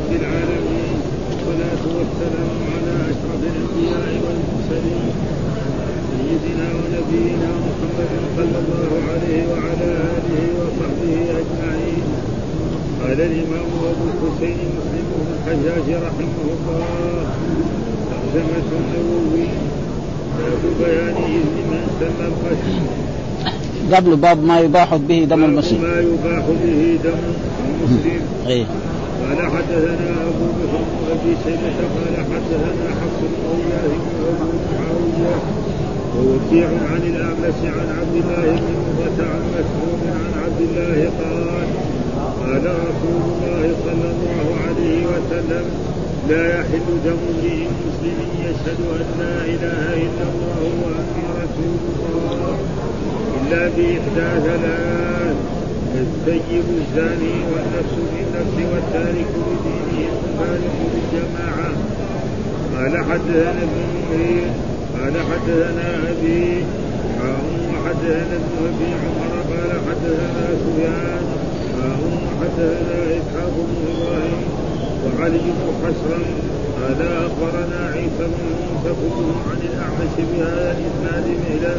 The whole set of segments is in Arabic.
رب العالمين، والصلاة والسلام على أشرف الأنبياء والمرسلين سيدنا ونبينا محمد صلى الله عليه وعلى آله وصحبه أجمعين. قال الإمام أبو الحسين مسلم بن الحجاج رحمه الله: ترجمة النووي باب بيان إذن من سن القتل. قبل باب ما يباح به دم المسلم. ما يباح به دم المسلم. قال حدثنا أبو بكر بن أبي شيبة قال حدثنا حفص بن غياث وأبو معاوية ووكيع عن الأعمش عن عبد الله بن مرة عن مسعود عن عبد الله قال: قال رسول الله صلى الله عليه وسلم: لا يحل دم امرئ مسلم يشهد أن لا إله إلا الله وأني رسول الله إلا بإحدى ثلاث: السيب الزاني والنفس بالنفس والتارك بدينه المفارق بالجماعة. قال حدثنا ابن نمير قال حدثنا أبي وحدثنا ابن أبي عمر قال حدثنا سفيان وحدثنا إسحاق بن إبراهيم وعلي بن حسرم قال أخبرنا عيسى بن موسى كلهم عن الأعمش بهذا الإسناد مثله.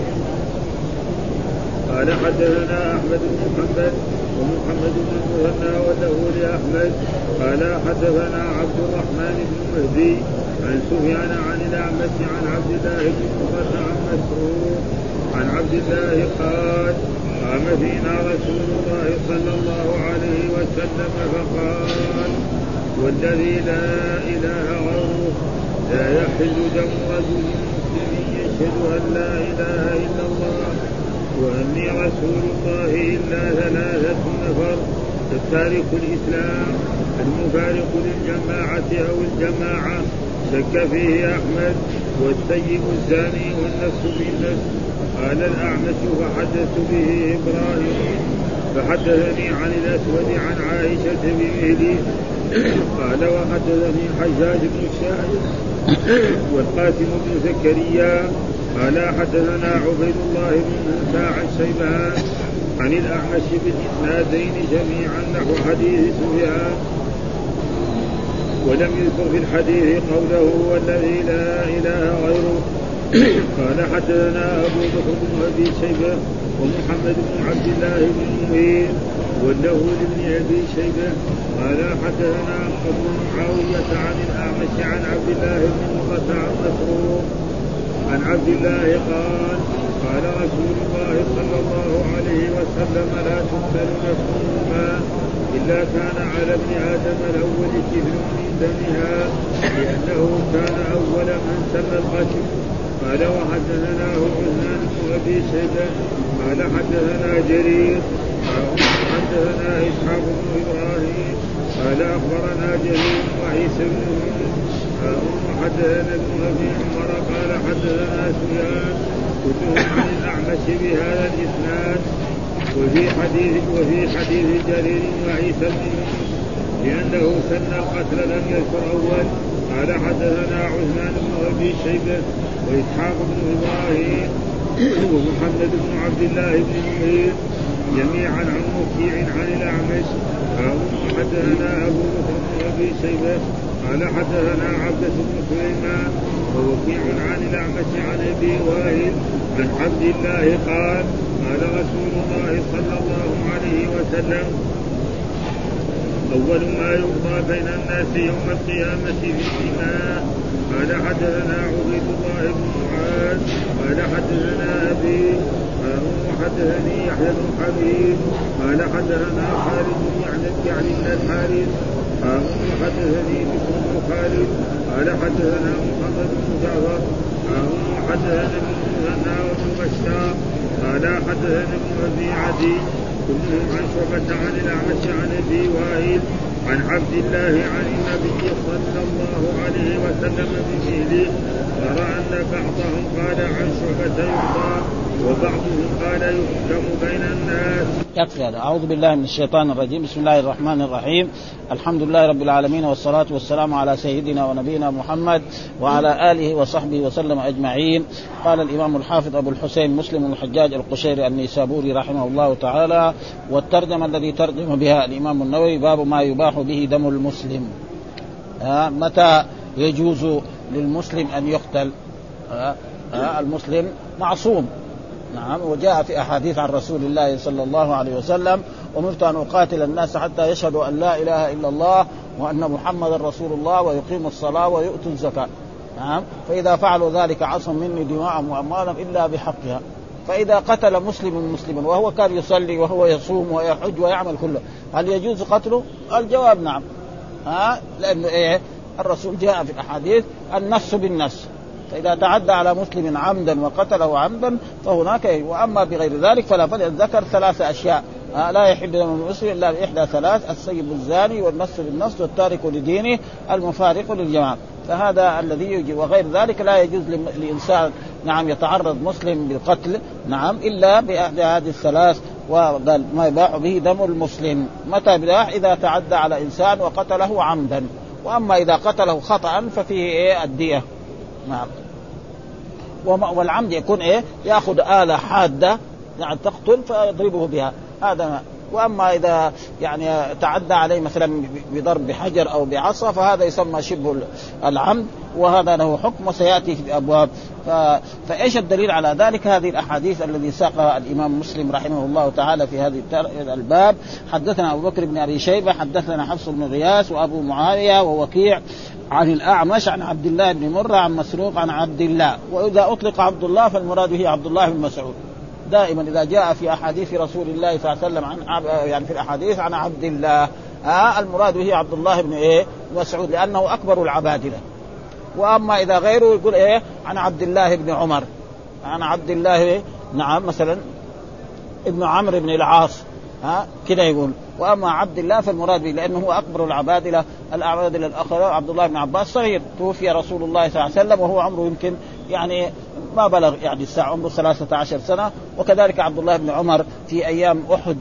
قال حدثنا أحمد بن محمد ومحمد بن المثنى وله لأحمد قال حدثنا عبد الرحمن بن مهدي عن سفيان عن الأعمش عن عبد الله بن مرة عن مسعود عن عبد الله قال: قام فينا رسول الله صلى الله عليه وسلم فقال: والذي لا إله غيره لا يحل دم رجل مسلم يشهد أن لا إله إلا الله وأني رسول الله إلا ثلاثة نفر: التارك الإسلام المفارق للجماعة أو الجماعة شك فيه أحمد، والسيب الزاني والنفس بالنفس. قال الأعمش فحدثت به إبراهيم فحدثني عن الأسود عن عائشة بمثله. قال وحدثني حجاج بن الشاعر والقاسم بن زكريا قال حدثنا عبيد الله بن موسى عن شيبان عن الأعمش بالإسنادين جميعا نحو حديث سفيان، ولم يذكر في الحديث قوله والذي لا إله غيره. قال حدثنا أبو بكر بن أبي شيبة ومحمد بن عبد الله بن نمير وله لابن أبي شيبة قال حدثنا أبو معاوية عن الأعمش عن عبد الله بن مرة عن مسعود عن عبد الله قال: قال رسول الله صلى الله عليه وسلم: لا تقتل نفس ما إلا كان على ابن آدم الأول كفل من دمها لأنه كان أول من سن القتل. قال وحدثناه عثمان بن أبي شيبة قال حدثنا جرير حدثنا إسحاق بن إبراهيم قال أخبرنا جرير وعيسى بن حدثنا ابن أبي عمر قال حدثنا سفيان كلهم عن الأعمش بهذا الإسناد. وفي حديث جرير وعيسى بن لأنه سن القتل لم يذكر أول. قال حدثنا عثمان بن أبي شيبة وإسحاق بن إبراهيم ومحمد بن عبد الله بن نمير جميعا عن وكيع عن الأعمش. حدثنا أبو بكر بن أبي شيبة قال حدثنا عبدة بن سليمان ووكيع عن الأعمش عن أبي وائل عن عبد الله قال: قال رسول الله صلى الله عليه وسلم: أول ما يقضى بين الناس يوم القيامة في الدماء. قال حدثنا عبيد الله بن معاذ قال حدثنا أبي وحدثني يحيى بن حبيب قال حدثنا خالد يعني بن الحارث حدثني بكر بن خالد قال حدثنا محمد بن جعفر حدثنا ابن المثنى وابن بشار قال حدثنا ابن أبي عدي كلهم عن شعبة عن الأعمش عن أبي وائل عن عبد الله عن النبي صلى الله عليه وسلم بمثله. ترى أن بعضهم قال عن شعبة يرضى وبعضهم قال يحكم بين الناس. يكفي هذا. أعوذ بالله من الشيطان الرجيم. بسم الله الرحمن الرحيم. الحمد لله رب العالمين والصلاة والسلام على سيدنا ونبينا محمد وعلى آله وصحبه وسلم أجمعين. قال الإمام الحافظ أبو الحسين مسلم بن الحجاج القشيري النيسابوري رحمه الله تعالى. والترجمة الذي ترجم بها الإمام النووي: باب ما يباح به دم المسلم. متى يجوز للمسلم أن يقتل؟ المسلم معصوم، نعم، وجاء في أحاديث عن رسول الله صلى الله عليه وسلم: أمرت أن أقاتل الناس حتى يشهدوا أن لا إله إلا الله وأن محمد رسول الله ويقيموا الصلاة ويؤتوا الزكاة. نعم، فإذا فعلوا ذلك عصم مني دماءهم وأموالهم إلا بحقها. فإذا قتل مسلم مسلما وهو كان يصلي وهو يصوم ويحج ويعمل كله، هل يجوز قتله؟ الجواب نعم، لأنه الرسول جاء في الأحاديث النفس بالنفس، فإذا تعدى على مسلم عمدا وقتله عمدا فهناك. وأما بغير ذلك فلا. فليذكر 3 أشياء: لا يحل دم المسلم إلا بإحدى 3: السيب الزاني والنفس بالنفس والتارك لدينه المفارق للجماعة. فهذا الذي يجي. وغير ذلك لا يجوز لإنسان نعم يتعرض مسلم بالقتل نعم إلا بأحد هذه ال3. وقال ما يباح به دم المسلم متى يباح؟ إذا تعدى على إنسان وقتله عمدا. وأما إذا قتله خطأ ففيه الدية. نعم. والعمد يكون يأخذ آلة حادة يعني تقتل فيضربه بها، هذا. وأما إذا يعني تعدى عليه مثلا بضرب بحجر أو بعصا فهذا يسمى شبه العمد، وهذا له حكم وسيأتي في أبواب. فإيش الدليل على ذلك؟ هذه الأحاديث الذي ساقها الإمام مسلم رحمه الله تعالى في هذه الباب. حدثنا أبو بكر بن أبي شيبة حدثنا حفص بن غياث وأبو معاوية ووكيع عن الأعمش عن عبد الله بن مرة عن مسروق عن عبد الله. وإذا أطلق عبد الله فالمراد هي عبد الله بن مسعود. دائما إذا جاء في أحاديث رسول الله صلى الله عليه وسلم يعني في الأحاديث عن عبد الله المراد هي عبد الله بن مسعود لأنه أكبر العبادلة. وأما إذا غيره يقول عن عبد الله بن عمر، عن عبد الله نعم مثلا ابن عمرو بن العاص كده يقول. وأما عبد الله فالمراد به لأنه هو أكبر العبادلة الآخر. عبد الله بن عباس صغير، توفي رسول الله صلى الله عليه وسلم وهو عمره يمكن يعني ما بلغ يعني الساعة، عمره 13 سنة. وكذلك عبد الله بن عمر في أيام أحد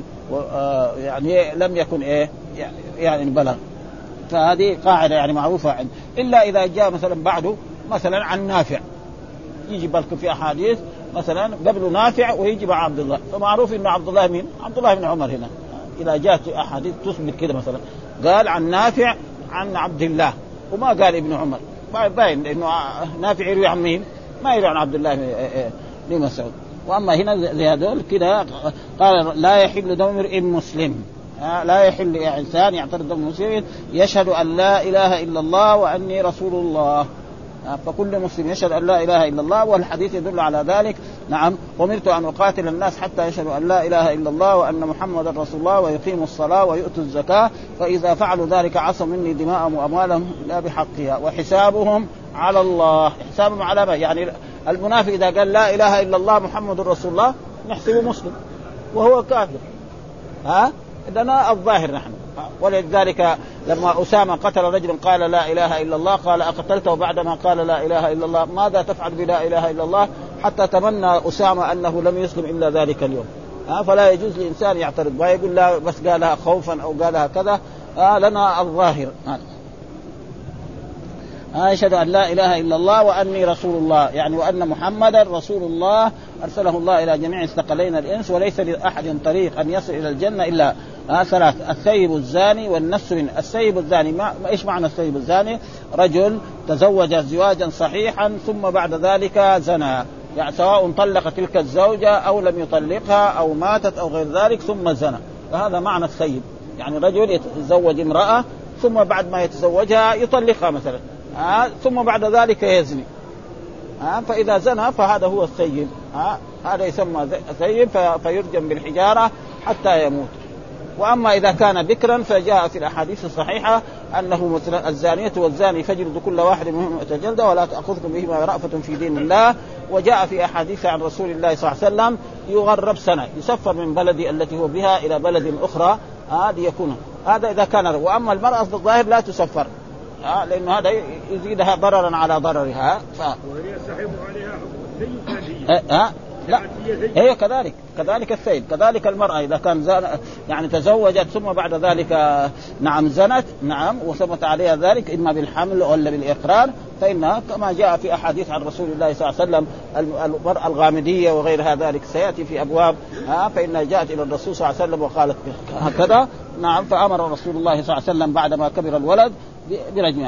يعني لم يكن يعني بلغ. فهذه قاعدة يعني معروفة إلا إذا جاء مثلا بعده مثلا عن نافع، يجي بالكم في أحاديث مثلا قبل نافع ويجي مع عبد الله، فمعروف إنه عبد الله مين؟ عبد الله بن عمر. هنا إذا جاءت أحاديث تثبت كده مثلا قال عن نافع عن عبد الله وما قال ابن عمر، باين إنه نافع يروي عن مين؟ ما يروي عن عبد الله بن مسعود. وأما هنا زي هذول كده قال لا يحل دم امرئ مسلم، لا يحل إنسان يعترض دم مسلم يشهد أن لا إله إلا الله وأني رسول الله. فكل مسلم يشهد أن لا إله إلا الله، والحديث يدل على ذلك. نعم، أمرت أن أقاتل الناس حتى يشهدوا أن لا إله إلا الله وأن محمد رسول الله ويقيموا الصلاة ويؤتوا الزكاة، فإذا فعلوا ذلك عصم مني دماءهم وأموالهم لا بحقها وحسابهم على الله. حسابهم على ما؟ يعني المنافق إذا قال لا إله إلا الله محمد رسول الله نحسبه مسلم وهو كافر. لنا الظاهر نحن. ولذلك لما أسامة قتل رجلا قال لا إله إلا الله قال أقتلته بعدما قال لا إله إلا الله؟ ماذا تفعل بلا إله إلا الله؟ حتى تمنى أسامة أنه لم يسلم إلا ذلك اليوم. فلا يجوز لإنسان يعترض ويقول لا بس قالها خوفا أو قالها كذا. لنا الظاهر. أشهد أن لا إله إلا الله وأني رسول الله، يعني وأن محمدا رسول الله أرسله الله إلى جميع الثقلين الإنس وليس لأحد طريق أن يصل إلى الجنة إلا 3: الثيب الزاني والنفس من. الثيب الزاني ما إيش معنى الثيب الزاني؟ رجل تزوج زواجا صحيحا ثم بعد ذلك زنى، يعني سواء طلق تلك الزوجة أو لم يطلقها أو ماتت أو غير ذلك ثم زنى، فهذا معنى الثيب. يعني رجل يتزوج امرأة ثم بعد ما يتزوجها يطلقها مثلا ثم بعد ذلك يزني، فإذا زنى فهذا هو الثيب. هذا يسمى ثيب فيرجم بالحجارة حتى يموت. وأما إذا كان بكرا فجاء في الأحاديث الصحيحة أنه الزانية والزاني فاجلدوا كل واحد منهم جلدة ولا تأخذكم بهما رأفة في دين الله. وجاء في أحاديث عن رسول الله صلى الله عليه وسلم يغرب سنة، يسفر من بلدي التي هو بها إلى بلد أخرى، هذه يكون هذا إذا كان. وأما المرأة في الظاهر لا تسفر لأنه هذا يزيدها ضررا على ضررها. وهي سحب عليها لا هي كذلك الثيب، كذلك المرأة إذا كان يعني تزوجت ثم بعد ذلك نعم زنت نعم وثبت عليها ذلك إما بالحمل ولا بالإقرار فإنها كما جاء في أحاديث عن رسول الله صلى الله عليه وسلم المرأة الغامدية وغيرها ذلك سيأتي في أبواب. فإنها جاءت إلى الرسول صلى الله عليه وسلم وقالت هكذا نعم فأمر رسول الله صلى الله عليه وسلم بعدما كبر الولد برجمها.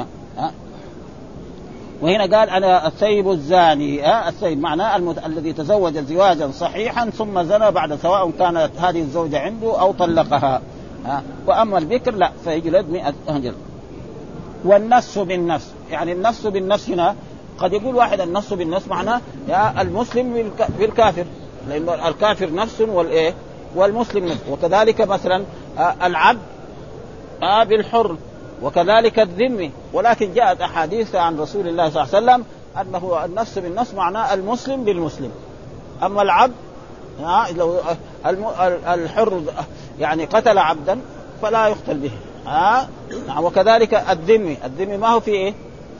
وهنا قال أنا الثيب الزاني، الثيب معناه الذي تزوج زواجا صحيحا ثم زنى بعد، سواء كانت هذه الزوجة عنده أو طلقها. وأما البكر لا فيجلد 100 جلد. والنفس بالنفس، يعني النفس بالنفس هنا قد يقول واحد النفس بالنفس معناه يا المسلم بالكافر، لأن الكافر نفس والمسلم نفس. وكذلك مثلا العبد بالحر، وكذلك الذمي. ولكن جاءت أحاديث عن رسول الله صلى الله عليه وسلم أنه النفس بالنفس معناه المسلم بالمسلم. أما العبد لو الحر يعني قتل عبدا فلا يقتل به. وكذلك الذمي ما هو في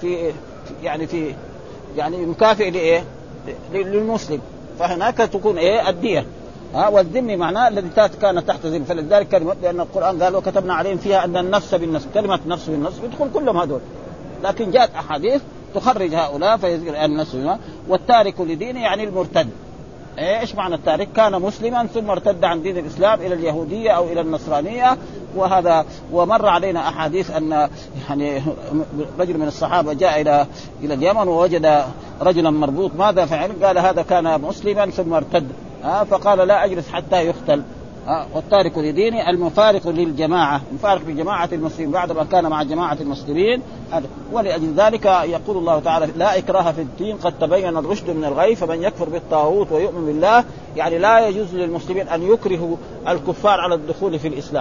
يعني مكافئ للمسلم، فهناك تكون الدية. والذمي معناه الذي كان تحت ذم. فلذلك لأن القرآن قال وكتبنا عليهم فيها أن النفس بالنفس، كلمة نفس بالنفس يدخل كلهم هذول، لكن جاءت أحاديث تخرج هؤلاء فيذكر النفس. والتارك لدينه يعني المرتد. ايش معنى التارك؟ كان مسلما ثم ارتد عن دين الإسلام إلى اليهودية أو إلى النصرانية. وهذا ومر علينا أحاديث أن يعني رجل من الصحابة جاء إلى اليمن ووجد رجلا مربوط، ماذا فعل؟ قال هذا كان مسلما ثم ارتد، فقال لا أجلس حتى يقتل. والتارك لدينه المفارق للجماعة، مفارق لجماعة المسلمين بعدما كان مع جماعة المسلمين. ولأجل ذلك يقول الله تعالى لا إكراه في الدين قد تبين الرشد من الغي فمن يكفر بالطاغوت ويؤمن بالله. يعني لا يجوز للمسلمين أن يكرهوا الكفار على الدخول في الإسلام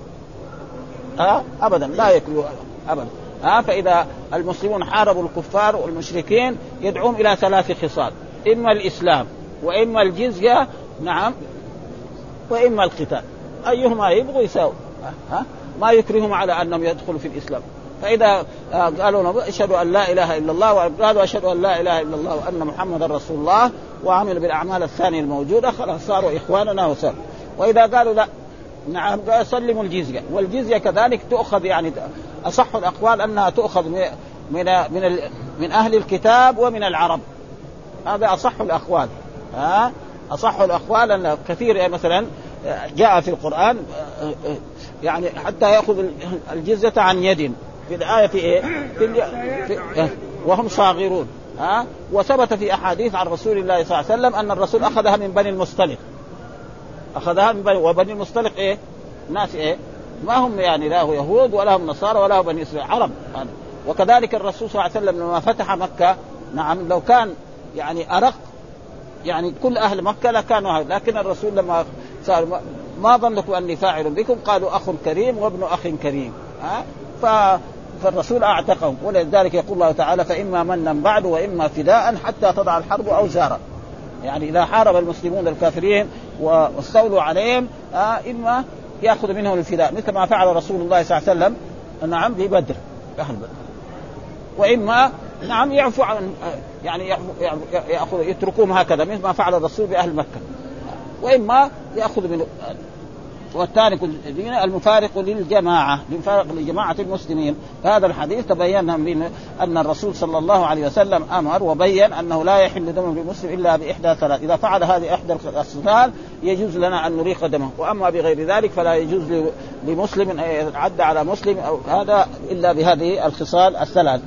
أبدا، لا يكرهوا أبدا. فإذا المسلمون حاربوا الكفار والمشركين يدعون إلى 3 خصال: إما الإسلام وإما الجزية، نعم، وإما القتال. أيهما يبغوا يساوي، ما يكرههم على أنهم يدخلوا في الإسلام. فإذا قالوا أشهد أن لا إله إلا الله وقالوا أشهد أن لا إله إلا الله وأن محمد رسول الله وعملوا بالأعمال الثانية الموجودة خلاص صاروا إخواننا وسر. وإذا قالوا لا، نعم، سلموا الجزية. والجزية كذلك تؤخذ، يعني أصح الأقوال أنها تؤخذ من أهل الكتاب ومن العرب. هذا أصح الأقوال. أصح الأقوال أن كثير مثلا جاء في القرآن يعني حتى يأخذ الجزية عن يد في الآية في وهم صاغرون. وثبت في أحاديث عن رسول الله صلى الله عليه وسلم أن الرسول أخذها من بني المصطلق، وبني المصطلق ناس ما هم يعني لا يهود ولا هم نصارى ولا هم بني إسرائيل، عرب. وكذلك الرسول صلى الله عليه وسلم لما فتح مكة، نعم، لو كان يعني أرق يعني كل أهل مكة لكانوا، لكن الرسول لما صار ما ظنكم أني فاعل بكم، قالوا أخ كريم وابن أخ كريم. فالرسول أعتقهم. ولذلك يقول الله تعالى فإما منا بعد وإما فداء حتى تضع الحرب أوزارا. يعني إذا حارب المسلمون الكافرين واستولوا عليهم إما يأخذ منهم الفداء مثل ما فعل رسول الله صلى الله عليه وسلم، نعم، ببدر، أهل بدر. وإما نعم يعفو عن، يعني يأخذ يتركوهم هكذا مثل ما فعل الرسول بأهل مكة. وإما يأخذ من. والتارك الدين المفارق للجماعة، المفارق لجماعة المسلمين. هذا الحديث تبين من أن الرسول صلى الله عليه وسلم أمر وبين أنه لا يحل دم المسلم إلا بإحدى 3. إذا فعل هذه إحدى الخصال يجوز لنا أن نريق دمه، وأما بغير ذلك فلا يجوز لمسلم أن يتعدى على مسلم أو هذا إلا بهذه الخصال 3.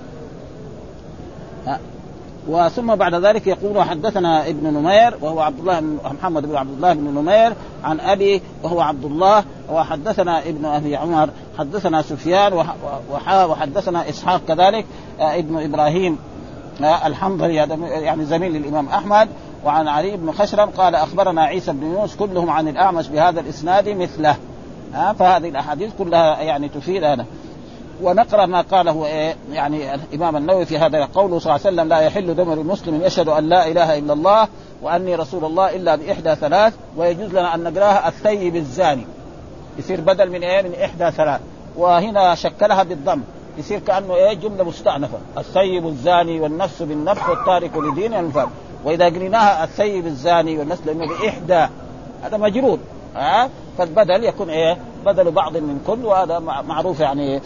وثم بعد ذلك يقول حدثنا ابن نمير وهو عبد الله بن محمد بن عبد الله بن نمير عن أبي وهو عبد الله، وحدثنا ابن أبي عمر حدثنا سفيان وحدثنا إسحاق كذلك ابن إبراهيم الحنظلي يعني زميل للإمام أحمد، وعن علي بن خشرم قال أخبرنا عيسى بن يونس كلهم عن الأعمش بهذا الإسناد مثله. فهذه الأحاديث كلها يعني تفيد هذا. ونقرأ ما قاله يعني الإمام النووي في هذا قوله صلى الله عليه وسلم لا يحل دم المسلم يشهد أن لا إله إلا الله وأني رسول الله إلا بإحدى 3. ويجوز لنا أن نقراها الثيب الزاني، يصير بدل من من إحدى 3. وهنا شكلها بالضم يصير كأنه جملة مستأنفة، الثيب الزاني والنفس بالنفس والتارك لدين المفارق. وإذا قريناها الثيب الزاني والنفس لأنه بإحدى هذا مجرور، فالبدل يكون بدل بعض من كل، وهذا معروف يعني.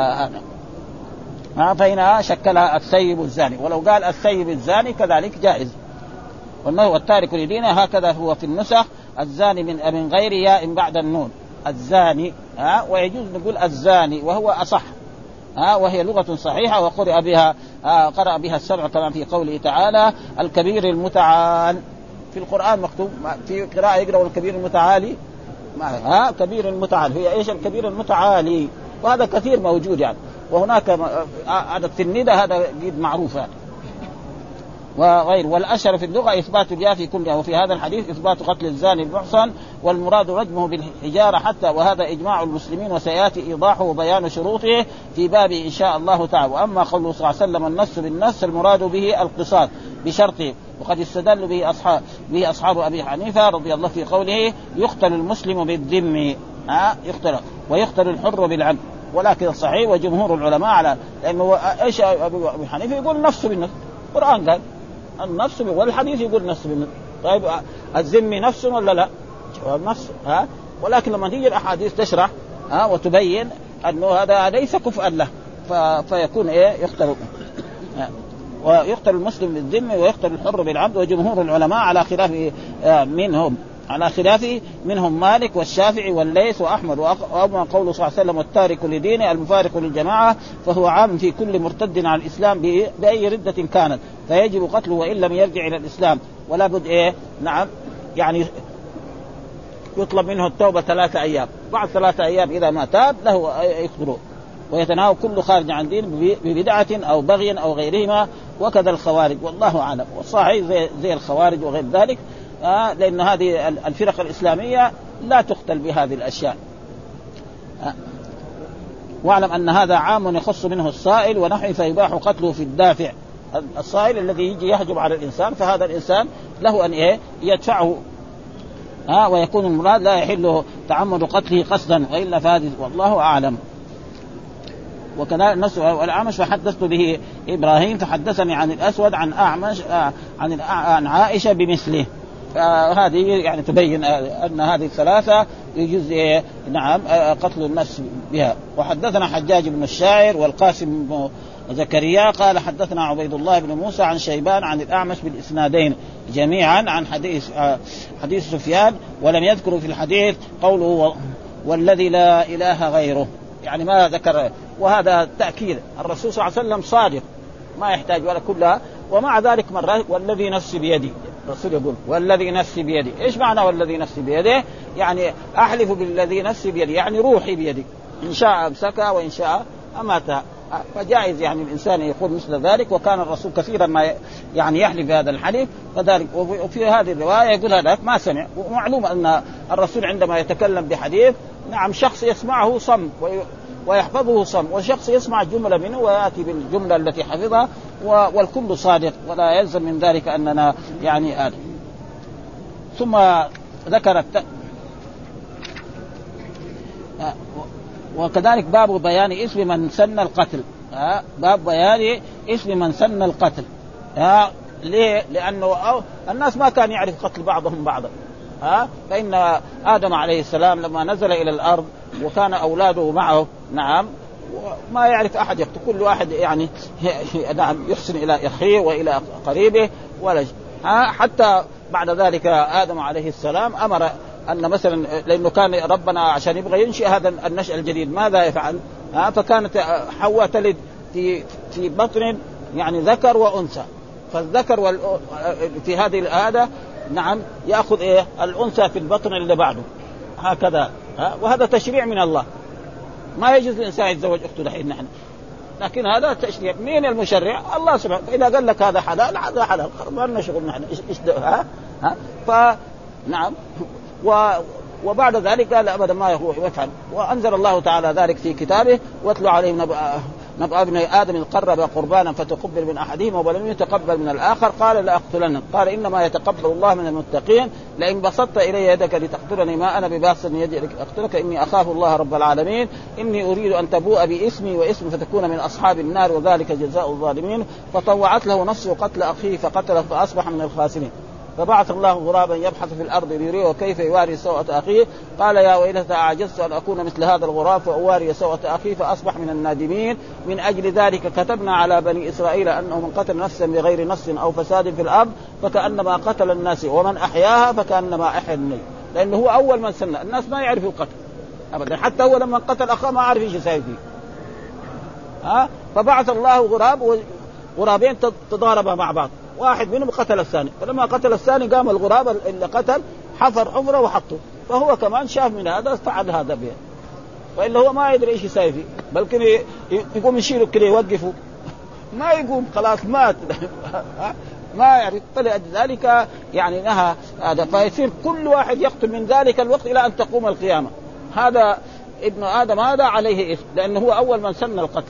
فهنا شكلها الثيب الزاني، ولو قال الثيب الزاني كذلك جائز. والتارك لدينه هكذا هو في النسخ الزاني من غير ياء بعد النون، الزاني ويجوز نقول الزاني وهو أصح، وهي لغة صحيحة وقرأ بها قرأ بها السبع كما في قوله تعالى الكبير المتعال. في القرآن مكتوب في قراءة يقرأ الكبير المتعالي، كبير المتعال هي إيش الكبير المتعالي، وهذا كثير موجود يعني. وهناك هذا في الندى هذا جد معروف يعني. وغير والأشهر في اللغة إثبات الياء في كلها، وفي هذا الحديث إثبات قتل الزاني المحصن والمراد رجمه بالحجارة حتى، وهذا إجماع المسلمين وسيأتي إيضاحه وبيان شروطه في بابه إن شاء الله تعالى. وأما قوله صلى الله عليه وسلم النص بالنص المراد به القصاص بشرطه، وقد استدل به أصحاب أبي حنيفة رضي الله في قوله يقتل المسلم بالذم يقتل ويقتل الحر بالعبد، ولكن الصحيح وجمهور العلماء على لأنه إيش أبي حنيفة يقول نفس بالنص، القرآن قال النفس والحديث يقول نفس بالنص. طيب الذم نفس ولا لا؟ نفس ولكن لما تيجي الأحاديث تشرح وتبين أنه هذا ليس كفءا له فيكون يقتل ويقتل المسلم بالذم ويقتل الحر بالعبد. وجمهور العلماء على خلاف منهم مالك والشافعي والليث وأحمد. وأما قوله صلى الله عليه وسلم التارك لدينه المفارق للجماعة فهو عام في كل مرتد عن الإسلام بأي ردة كانت، فيجب قتله وإن لم يرجع إلى الإسلام، ولا بد نعم يعني يطلب منه التوبة 3 أيام، بعد 3 أيام إذا ما تاب له يقتله. ويتناول كل خارج عن دين ببدعة أو بغي أو غيرهما، وكذا الخوارج والله أعلم. والصحيح زي الخوارج وغير ذلك، لأن هذه الفرق الإسلامية لا تقتل بهذه الأشياء. واعلم أن هذا عام يخص منه الصائل ونحن فيباح قتله في الدافع. الصائل الذي يجي يهجم على الإنسان فهذا الإنسان له أن يدفعه، ويكون المراد لا يحل تعمد قتله قصدا، وإلا فهذه والله أعلم. وكذلك النص والأعمش فحدثت به إبراهيم فحدثني عن الأسود عن أعمش عن عائشة بمثله. هذه يعني تبين أن هذه الثلاثة يجوز نعم قتل النفس بها. وحدثنا حجاج بن الشاعر والقاسم بن زكريا قال حدثنا عبيد الله بن موسى عن شيبان عن الأعمش بالإسنادين جميعا عن حديث سفيان، ولم يذكروا في الحديث قوله والذي لا إله غيره، يعني ما ذكر. وهذا تأكيد الرسول صلى الله عليه وسلم صادق ما يحتاج ولا كلها. ومع ذلك مرة والذي نفسي بيدي، الرسول يقول والذي نفسي بيدي. إيش معنى والذي نفسي بيده؟ يعني أحلف بالذي نفسي بيدي، يعني روحي بيدي، إن شاء أمسكها وإن شاء أماتها. فجائز يعني الإنسان يقول مثل ذلك، وكان الرسول كثيرا ما يعني يحلف بهذا الحلف. فذلك وفي هذه الرواية يقول هذا ما سمع. ومعلوم أن الرسول عندما يتكلم بحديث نعم شخص يسمعه صم ويحفظه صم، وشخص يسمع جملة منه ويأتي بالجملة التي حفظها، والكل صادق ولا يلزم من ذلك أننا يعني آل. ثم ذكر وكذلك باب بيان اسم من سن القتل، باب بيان اسم من سن القتل. ليه؟ لأنه الناس ما كان يعرف قتل بعضهم بعضا. فإن آدم عليه السلام لما نزل إلى الأرض وكان أولاده معه نعم ما يعرف أحد يقتل، كل واحد يعني نعم يحسن إلى أخيه وإلى قريبه ولا حتى بعد ذلك آدم عليه السلام أمر أن مثلا لأنه كان ربنا عشان يبغى ينشئ هذا النشأ الجديد ماذا يفعل؟ فكانت حواء تلد في بطن يعني ذكر وأنثى، فالذكر في هذه العادة نعم يأخذ الأنثى في البطن اللي بعده هكذا. وهذا تشريع من الله، ما يجوز الإنسان يتزوج أخته الحين نحن، لكن هذا تشريع. مين المشرع؟ الله سبحانه. إذا قال لك هذا حلال هذا حلال، ما لنا شغل نحن إيش فنعم. وبعد ذلك قال أبدا ما يفعل. وأنزل الله تعالى ذلك في كتابه واتلو عليهم نبأ ابن آدم إذ قرب قربانا فتقبل من أحدهما ولم يتقبل من الآخر قال لأقتلنك قال إنما يتقبل الله من المتقين لئن بسطت إلي يدك لتقتلني ما أنا بباسط يدي لأقتلك إني أخاف الله رب العالمين إني أريد أن تبوء باسمي واسم فتكون من أصحاب النار وذلك جزاء الظالمين. فطوعت له نفسه قتل أخيه فقتله فأصبح من الخاسرين. فبعث الله غرابا يبحث في الأرض ليريه كيف يواري سوءة أخيه قال يا ويلتى أعجزت أن أكون مثل هذا الغراب فأواري سوءة أخيه فأصبح من النادمين. من أجل ذلك كتبنا على بني إسرائيل أنه من قتل نفسا بغير نفس أو فساد في الأرض فكأنما قتل الناس ومن أحياها فكأنما أحيا الناس. لأنه هو أول من سن الناس ما يعرف القتل، أبدا. حتى هو لما قتل أخاه ما عارف إيش يسوي فيه. فبعث الله غراب، وغرابين تضاربا مع بعض، واحد منهم قتل الثاني، فلما قتل الثاني قام الغراب اللي قتل حفر حفرة وحطه، فهو كمان شاف من هذا فعل هذا به، وإلا هو ما يدري إيش يسوي فيه، بلكن يقوم يشيله كده يوقفه ما يقوم، خلاص مات ما يعرف. فلذلك يعني نهى هذا، فيصير كل واحد يقتل من ذلك الوقت إلى أن تقوم القيامة. هذا ابن آدم هذا عليه إثم، لأنه هو أول من سن القتل،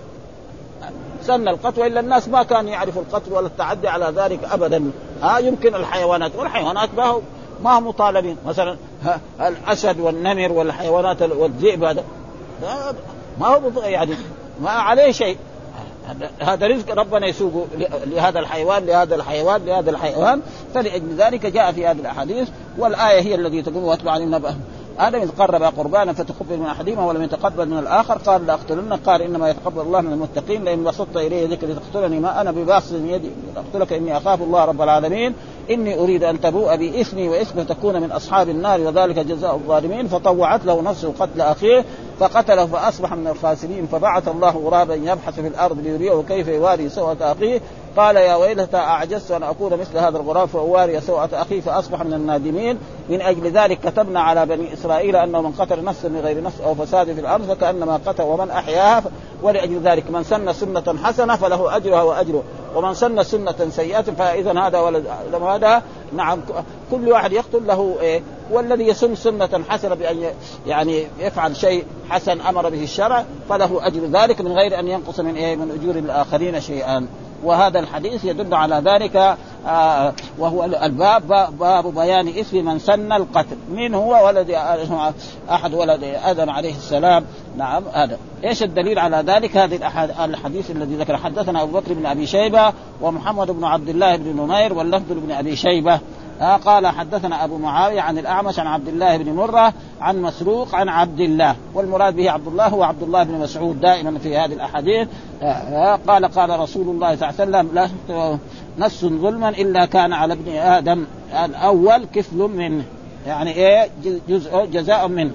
سن القتل، وإلا الناس ما كانوا يعرفوا القتل ولا التعدي على ذلك أبدا. يمكن الحيوانات، والحيوانات ما هم مطالبين، مثلا الأسد والنمر والحيوانات والذئب هذا ما هو يعني ما عليه شيء، هذا رزق ربنا يسوقه لهذا الحيوان لهذا الحيوان لهذا الحيوان. فلأجل ذلك جاء في هذه الأحاديث، والآية هي التي تقول واتبع علينا آدم إذ قرب قربانا فتقبل من أحدهما ولم يتقبل من الآخر قال لأقتلنك، قال إنما يتقبل الله من المتقين، لئن بسطت إلي يدك لتقتلني ما أنا بباسط يدي لأقتلك إني أخاف الله رب العالمين إني أريد أن تبوء بإثمي وإثم تكون من أصحاب النار وذلك جزاء الظالمين. فطوعت له نفسه قتل أخيه فقتله فأصبح من الخاسرين. فبعث الله غرابا يبحث في الأرض ليريه كيف يواري سوءة أخيه قال يا ويلتى أعجزت أن أكون مثل هذا الغراب فأواري سوءة أخيه فأصبح من النادمين. من أجل ذلك كتبنا على بني إسرائيل أنه من قتل نفسا بغير نفس أو فساد في الأرض فكأنما قتل ومن أحياها. ولأجل ذلك من سن سنة حسنة فله أجرها وأجره، ومن سن سنة سيئة فإذا هذا ولد هذا نعم كل واحد يقتل له والذي يسن سنة حسنة بأن يعني يفعل شيء حسن أمر به الشرع فله أجر ذلك من غير أن ينقص من أجور الآخرين شيئا. وهذا الحديث يدل على ذلك. وهو الباب باب بيان إثم من سن القتل. من هو ولد أحد ولد آدم عليه السلام. نعم هذا إيش الدليل على ذلك؟ هذه الحديث الذي ذكر حدثنا أبو بكر بن أبي شيبة ومحمد بن عبد الله بن نمير واللفظ بن أبي شيبة قال حدثنا أبو معاوية عن الأعمش عن عبد الله بن مرة عن مسروق عن عبد الله، والمراد به عبد الله هو عبد الله بن مسعود دائما في هذه الأحاديث. قال قال رسول الله صلى الله عليه وسلم لا نفس ظلما إلا كان على ابن آدم الأول كفل منه، يعني إيه جزاء منه.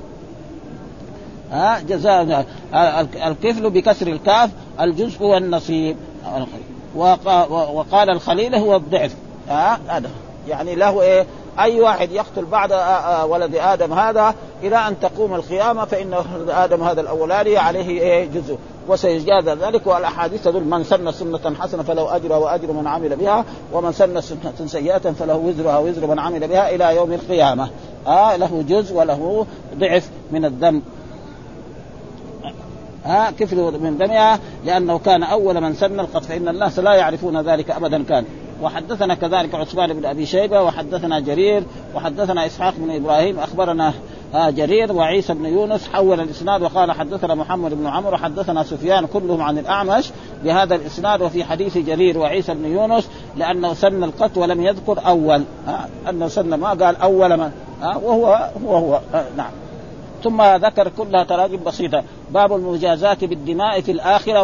جزاء الكفل بكسر الكاف الجزء والنصيب. وقال الخليل هو الضعف. هذا يعني له إيه أي واحد يقتل بعد ولد آدم هذا إلى أن تقوم القيامة فإن آدم هذا الأولاني عليه إيه جزء وسيجازى ذلك. والأحاديث تدل من سن سنة حسنة فله أجرها وأجر من عمل بها ومن سن سنة سيئة فله وزرها ووزر من عمل بها إلى يوم القيامة. له جزء وله ضعف من الذنب. كفل من دمها لأنه كان أول من سن القتل فإن الناس لا يعرفون ذلك أبدا كان. وحدثنا كذلك عثمان بن أبي شيبة وحدثنا جرير وحدثنا إسحاق بن إبراهيم أخبرنا جرير وعيسى بن يونس حول الإسناد وقال حدثنا محمد بن عمرو وحدثنا سفيان كلهم عن الأعمش بهذا الإسناد. وفي حديث جرير وعيسى بن يونس لأنه سن القتل ولم يذكر أول أنه سن ما قال أول من وهو نعم. ثم ذكر كلها تراجم بسيطة. باب المجازات بالدماء في الآخرة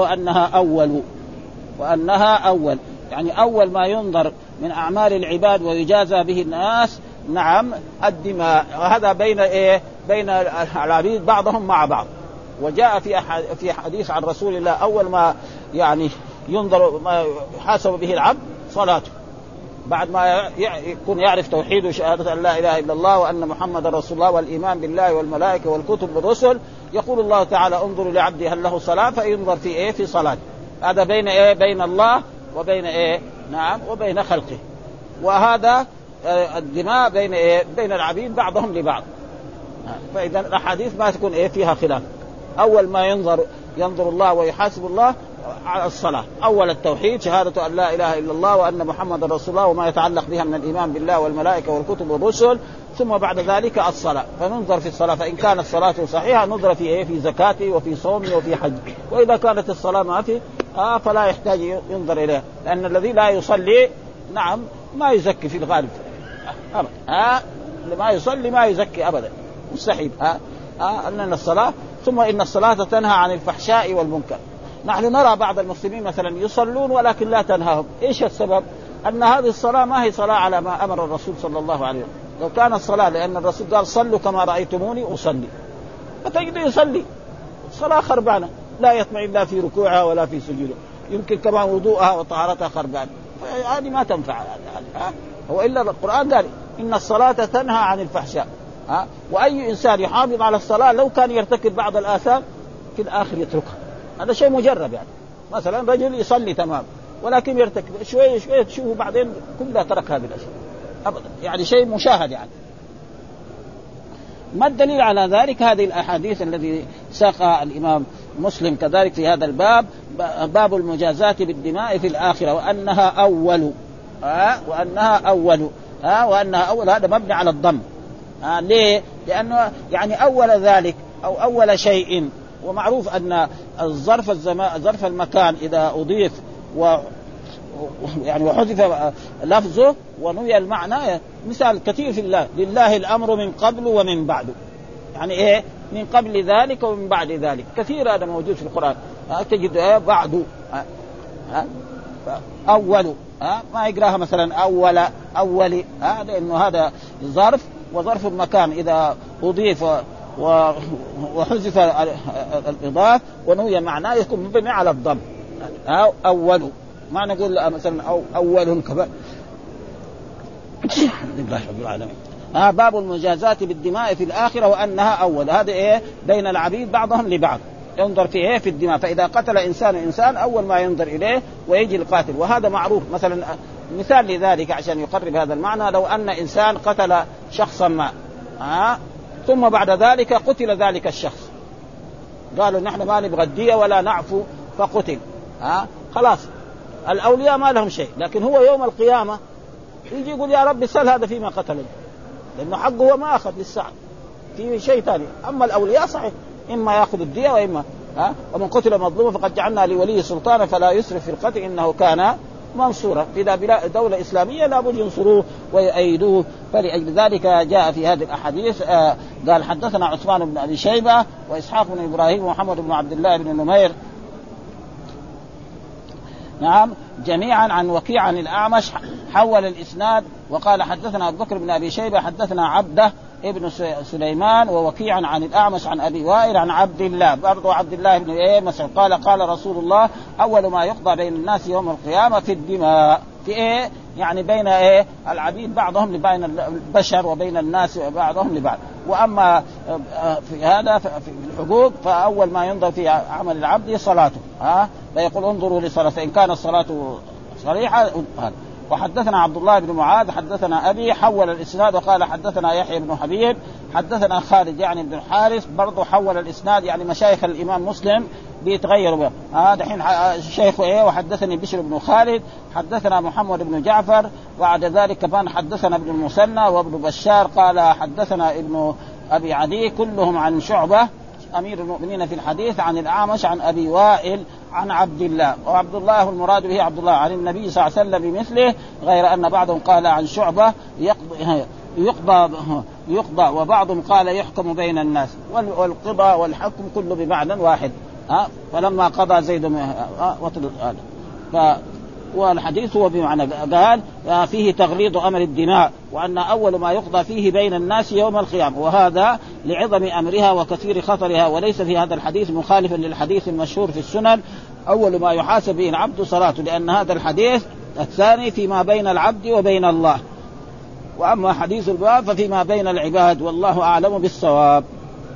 وأنها أول يعني أول ما ينظر من أعمال العباد ويجازى به الناس نعم الدماء. وهذا بين العبيد بعضهم مع بعض. وجاء في حديث عن رسول الله أول ما يعني ينظر ما يحاسب به العبد صلاته بعد ما يكون يعرف توحيد وشهادة أن لا إله إلا الله وأن محمد رسول الله والإيمان بالله والملائكة والكتب والرسل. يقول الله تعالى انظروا لعبدي هل له صلاة فينظر في صلاة. هذا بين الله وبين نعم وبين خلقه. وهذا الدماء بين العبيد بعضهم لبعض. فإذا الأحاديث ما تكون فيها خلاف. أول ما ينظر الله ويحاسب الله على الصلاة. أول التوحيد شهادة أن لا إله إلا الله وأن محمد رسول الله وما يتعلق بها من الإيمان بالله والملائكة والكتب والرسل. ثم بعد ذلك الصلاة فننظر في الصلاة فإن كانت الصلاة صحيحة ننظر في زكاته وفي صومه وفي حج. وإذا كانت الصلاة ما في فلا يحتاج ينظر إليه لأن الذي لا يصلي نعم ما يزكي في الغالب ما يصلي ما يزكي أبدا مستحيل. أن الصلاة ثم إن الصلاة تنهى عن الفحشاء والمنكر. نحن نرى بعض المسلمين مثلا يصلون ولكن لا تنهاهم. إيش السبب؟ أن هذه الصلاة ما هي صلاة على ما أمر الرسول صلى الله عليه وسلم. لو كان الصلاة لأن الرسول قال صلوا كما رأيتموني أصلي فتجد يصلي صلاة خربانة، لا يطمع إلا في ركوعها ولا في سجودها، يمكن كمان وضوءها وطهارتها خربانة، هذه ما تنفع. هو إلا القرآن قال إن الصلاة تنهى عن الفحشاء. وأي إنسان يحافظ على الصلاة لو كان يرتكب بعض الآثام في الآخر يتركها، هذا شيء مجرب. يعني مثلا رجل يصلي تمام ولكن يرتكب شوية شوية تشوفه بعدين كلها ترك هذه الأشياء أبدا، يعني شيء مشاهد. يعني ما الدليل على ذلك؟ هذه الأحاديث الذي ساقها الإمام مسلم كذلك في هذا الباب، باب المجازات بالدماء في الآخرة، وأنها أول وأنها أول هذا مبني على الضم. ليه؟ لأنه يعني أول ذلك أو أول شيء، ومعروف أن ظرف المكان إذا أضيف يعني وحذف لفظه ونوي المعنى، مثال كثير في الله، لله الأمر من قبل ومن بعد، يعني إيه؟ من قبل ذلك ومن بعد ذلك، كثير هذا موجود في القرآن. تجد بعد أول ما يقراها مثلا أول لأنه هذا ظرف، وظرف المكان إذا أضيف وحذف الإضافة ونوي معناه يكون مبني على الضم. أول ما نقول مثلا أول كبر. لله رب العالمين. باب المجازات بالدماء في الآخرة وأنها أول، هذا إيه؟ بين العبيد بعضهم لبعض، ينظر في إيه؟ في الدماء، فإذا قتل إنسان أول ما ينظر إليه ويجي القاتل، وهذا معروف. مثلا مثال لذلك عشان يقرب هذا المعنى، لو أن إنسان قتل شخصا ما ثم بعد ذلك قتل ذلك الشخص، قالوا نحن ما نبغى الدية ولا نعفو فقتل، خلاص الأولياء ما لهم شيء، لكن هو يوم القيامة يجي يقول يا رب سل هذا فيما قتلني، لأنه حقه هو ما أخذ للساعة في شيء ثاني. أما الأولياء صحيح إما يأخذ الدية وإما ومن قتل مظلوما فقد جعلنا لولي سلطانا فلا يسرف في القتل إنه كان منصورا. إذا دولة إسلامية لابد ينصروه ويؤيدوه. فلأجل ذلك جاء في هذه الأحاديث قال حدثنا عثمان بن أبي شيبة وإسحاق بن إبراهيم ومحمد بن عبد الله بن نمير جميعا عن وكيع عن الأعمش حول الإسناد وقال حدثنا أبو بكر بن أبي شيبة حدثنا عبده ابن سليمان ووكيعا عن الأعمش عن أبي وائل عن عبد الله برضو عبد الله بن مسعود قال رسول الله أول ما يقضى بين الناس يوم القيامة في الدماء، في إيه؟ يعني بين إيه؟ العبيد بعضهم لبين البشر وبين الناس بعضهم لبعض. وأما في هذا في الحقوق فأول ما ينظر في عمل العبد صلاته، فيقول انظروا لصلاة، فإن كانت الصلاة صريحة. وحدثنا عبد الله بن معاذ حدثنا أبي حول الإسناد وقال حدثنا يحيى بن حبيب حدثنا خالد يعني بن الحارث برضو حول الإسناد، يعني مشايخ الإمام مسلم بيتغيروا. دحين شيخه إيه؟ وحدثني بشر بن خالد حدثنا محمد بن جعفر، بعد ذلك كمان حدثنا ابن المثنى وابن بشار قال حدثنا ابن أبي عدي كلهم عن شعبة أمير المؤمنين في الحديث عن الأعمش عن أبي وائل عن عبد الله، وعبد الله المراد به عبد الله عن النبي صلى الله عليه وسلم بمثله، غير أن بعضهم قال عن شعبة يقضى وبعضهم قال يحكم بين الناس، والقضاء والحكم كله بمعنى واحد. فلما قضى زيد والحديث هو بمعنى قال فيه تغليظ أمر الدماء وأن أول ما يقضى فيه بين الناس يوم القيامة، وهذا لعظم أمرها وكثير خطرها، وليس في هذا الحديث مخالفا للحديث المشهور في السنن أول ما يحاسب به العبد صلاته، لأن هذا الحديث الثاني فيما بين العبد وبين الله، وأما حديث الباب ففيما بين العباد، والله أعلم بالصواب.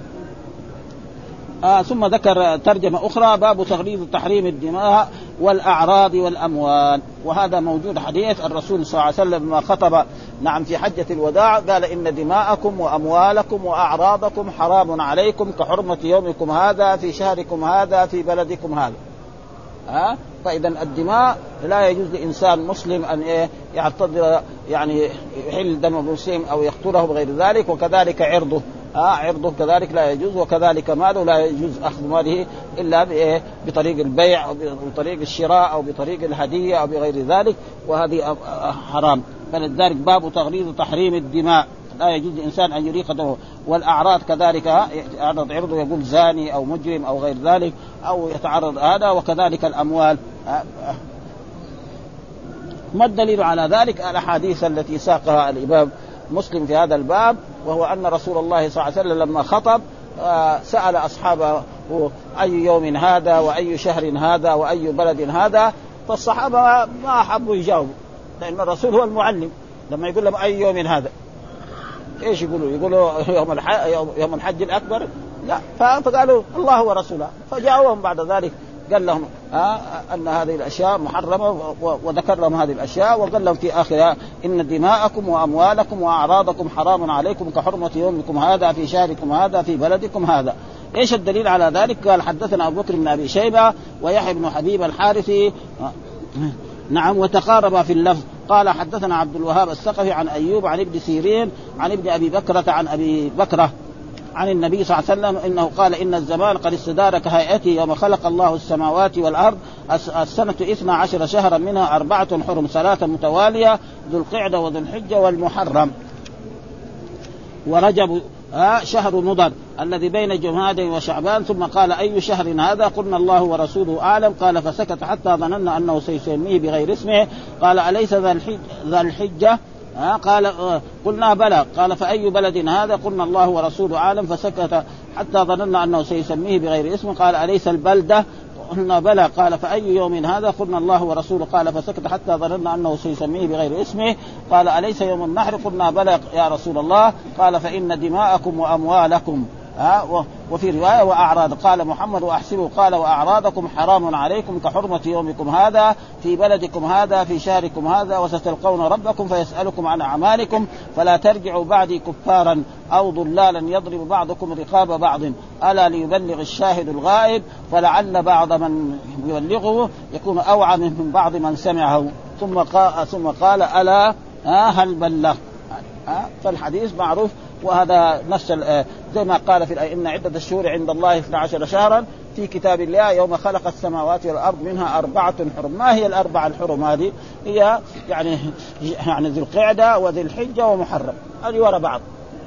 ثم ذكر ترجمة أخرى باب تغليظ تحريم الدماء والأعراض والأموال، وهذا موجود حديث الرسول صلى الله عليه وسلم لما خطب في حجة الوداع قال إن دماءكم وأموالكم وأعراضكم حرام عليكم كحرمة يومكم هذا في شهركم هذا في بلدكم هذا. فإذا الدماء لا يجوز لإنسان مسلم أن يعتذر يعني يحل دم مسلم أو يقتله بغير ذلك، وكذلك عرضه عرضه كذلك لا يجوز، وكذلك ماله لا يجوز أخذ ماله إلا بطريق البيع أو بطريق الشراء أو بطريق الهدية أو بغير ذلك، وهذه حرام. فلذلك باب تغليظ تحريم الدماء، لا يجوز لإنسان أن يريق دمه. والأعراض كذلك يتعرض عرضه يقول زاني أو مجرم أو غير ذلك أو يتعرض هذا، وكذلك الأموال. ما الدليل على ذلك؟ الأحاديث التي ساقها الإمام مسلم في هذا الباب، وهو أن رسول الله صلى الله عليه وسلم لما خطب سأل أصحابه أي يوم هذا وأي شهر هذا وأي بلد هذا، فالصحابة ما حبوا يجاوبوا، لأن الرسول هو المعلم. لما يقول لهم أي يوم هذا إيش يقولوا يوم الحج الأكبر؟ لا. فقالوا الله ورسوله. فجاءوهم بعد ذلك قال لهم أن هذه الأشياء محرمة، وذكر لهم هذه الأشياء، وقال لهم في آخرها إن دماءكم وأموالكم وأعراضكم حرام عليكم كحرمة يومكم هذا في شهركم هذا في بلدكم هذا. إيش الدليل على ذلك؟ قال حدثنا أبو بكر بن أبي شيبة ويحيى بن حبيب الحارثي نعم وتقارب في اللفظ. قال حدثنا عبد الوهاب الثقفي عن أيوب عن ابن سيرين عن ابن أبي بكرة عن أبي بكرة عن النبي صلى الله عليه وسلم إنه قال إن الزمان قد استدار كهيئته يوم خلق الله السماوات والأرض. السنة 12 شهرا منها 4 حرم 3 متوالية ذو القعدة وذو الحجة والمحرم ورجب شهر مضر الذي بين جمادى وشعبان. ثم قال أي شهر هذا؟ قلنا الله ورسوله أعلم. قال فسكت حتى ظننا أنه سيسميه بغير اسمه. قال أليس ذا الحجة؟ قال قلنا بلى. قال فأي بلد هذا؟ قلنا الله ورسوله أعلم. فسكت حتى ظننا أنه سيسميه بغير اسمه. قال أليس البلدة؟ قلنا بلى. قال فأي يوم هذا؟ قلنا الله ورسوله. قال فسكت حتى ظننا أنه سيسميه بغير اسمه. قال أليس يوم النحر؟ قلنا بلى يا رسول الله. قال فإن دماءكم وأموالكم وفي رواية وأعراض. قال محمد وأحسبه قال وأعراضكم حرام عليكم كحرمة يومكم هذا في بلدكم هذا في شهركم هذا وستلقون ربكم فيسألكم عن أعمالكم فلا ترجعوا بعدي كفارا أو ضلالا يضرب بعضكم رقاب بعض ألا ليبلغ الشاهد الغائب فلعل بعض من يبلغه يكون أوعى من بعض من سمعه. ثم قال ألا هل بلغ؟ فالحديث معروف. وهذا نفس زي ما قال في إن عدة الشهور عند الله 12 شهرا في كتاب الله يوم خلق السماوات والأرض منها 4 حرم. ما هي ال4 الحرم هذه؟ هي يعني ذي القعدة وذي الحجة ومحرم هذه وراء بعض.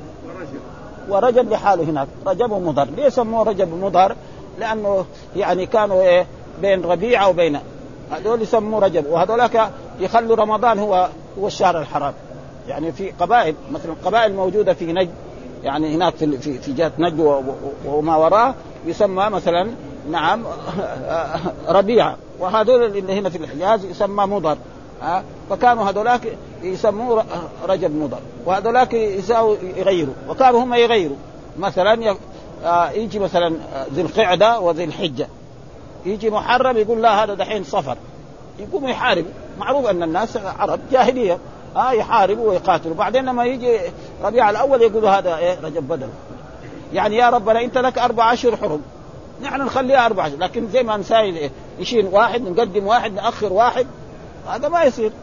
ورجب لحاله هناك رجب ومضر. ليه سموه رجب ومضر؟ لأنه يعني كانوا بين ربيع وبين هذول يسموه رجب، وهذولاك يخلوا رمضان هو الشهر الحرام. يعني في قبائل مثلا قبائل موجودة في نجد يعني هناك في جهة نجد وما وراء يسمى مثلا نعم ربيعة، وهذول اللي هنا في الحجاز يسمى مضر. فكانوا هذولاك يسموه رجب مضر، وهذولاك يغيروا، وكانوا هم يغيروا مثلا يجي مثلا ذي القعدة وذي الحجة، يجي محرم يقول لا هذا دحين صفر، يقوم يحارب. معروف أن الناس عرب جاهلية يحاربوا ويقاتلوا. بعدين لما يجي ربيع الأول يقولوا هذا رجب بدل، يعني يا ربنا أنت لك 4 أشهر حرم، نحن نخليها 4 أشهر، لكن زي ما نسايل يشيل واحد نقدم واحد نأخر واحد، هذا ما يصير.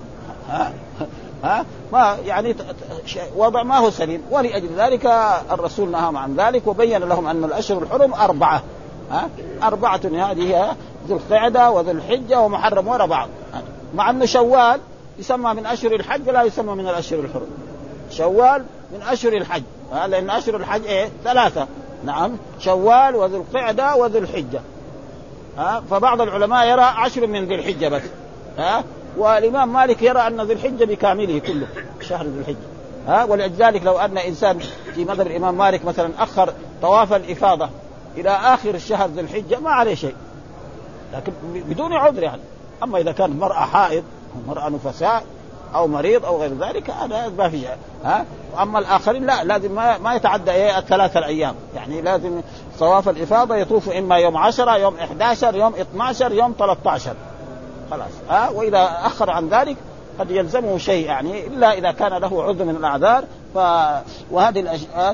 ما يعني وضع ما هو سليم. ولأجل ذلك الرسول نهى عن ذلك وبين لهم أن الأشهر الحرم 4. 4 هذه هي ذو القعدة وذو الحجة ومحرم وراء بعض. مع أن شوال يسمى من أشهر الحج ولا يسمى من الأشهر الحرم. شوال من أشهر الحج، لأن أشهر الحج 3 نعم شوال وذو القعدة وذو الحجة. فبعض العلماء يرى 10 من ذي الحجة بس. والإمام مالك يرى أن ذي الحجة بكامله كله شهر ذي الحجة. ولذلك لو أن إنسان في مذهب الإمام مالك مثلا أخر طواف الإفاضة إلى آخر الشهر ذي الحجة ما عليه شيء، لكن بدون عذر يعني. أما إذا كان مرأة حائض أو مرأة نفساء أو مريض أو غير ذلك هذا ما فيه. أما الآخرين لا، لازم ما يتعدى 3 الأيام، يعني لازم طواف الإفاضة يطوف إما يوم 10 يوم 11 يوم 12 يوم 13 خلاص. وإذا أخر عن ذلك قد يلزمه شيء يعني، إلا إذا كان له عذر من الأعذار. وهذه الأشياء